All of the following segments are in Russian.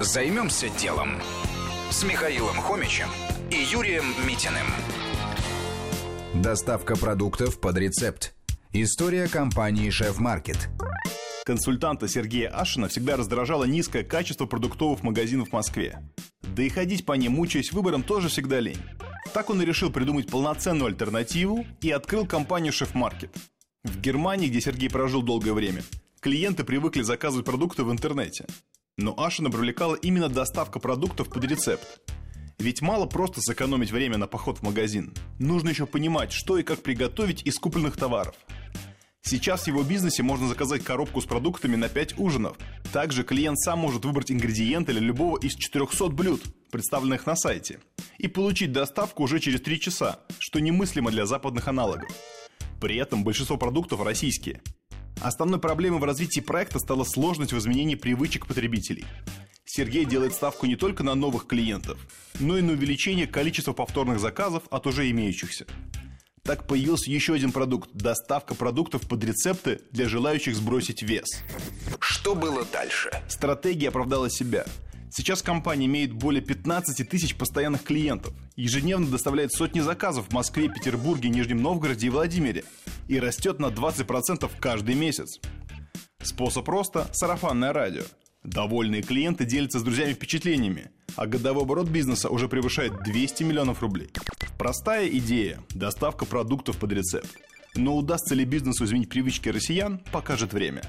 Займемся делом с Михаилом Хомичем и Юрием Митиным. Доставка продуктов под рецепт. История компании «Шеф-Маркет». Консультанта Сергея Ашина всегда раздражало низкое качество продуктовых магазинов в Москве. Да и ходить по ним, мучаясь выбором, тоже всегда лень. Так он и решил придумать полноценную альтернативу и открыл компанию «Шеф-Маркет». В Германии, где Сергей прожил долгое время, клиенты привыкли заказывать продукты в интернете. Но Ашина привлекала именно доставка продуктов под рецепт. Ведь мало просто сэкономить время на поход в магазин. Нужно еще понимать, что и как приготовить из купленных товаров. Сейчас в его бизнесе можно заказать коробку с продуктами на 5 ужинов. Также клиент сам может выбрать ингредиенты для любого из 400 блюд, представленных на сайте, и получить доставку уже через 3 часа, что немыслимо для западных аналогов. При этом большинство продуктов российские. Основной проблемой в развитии проекта стала сложность в изменении привычек потребителей. Сергей делает ставку не только на новых клиентов, но и на увеличение количества повторных заказов от уже имеющихся. Так появился еще один продукт – доставка продуктов под рецепты для желающих сбросить вес. Что было дальше? Стратегия оправдала себя. Сейчас компания имеет более 15 тысяч постоянных клиентов, ежедневно доставляет сотни заказов в Москве, Петербурге, Нижнем Новгороде и Владимире и растет на 20% каждый месяц. Способ роста – сарафанное радио. Довольные клиенты делятся с друзьями впечатлениями, а годовой оборот бизнеса уже превышает 200 миллионов рублей. Простая идея – доставка продуктов под рецепт. Но удастся ли бизнесу изменить привычки россиян, покажет время.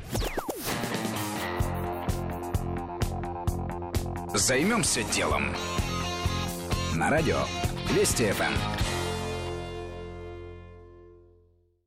Займемся делом. На радио Вести ФМ.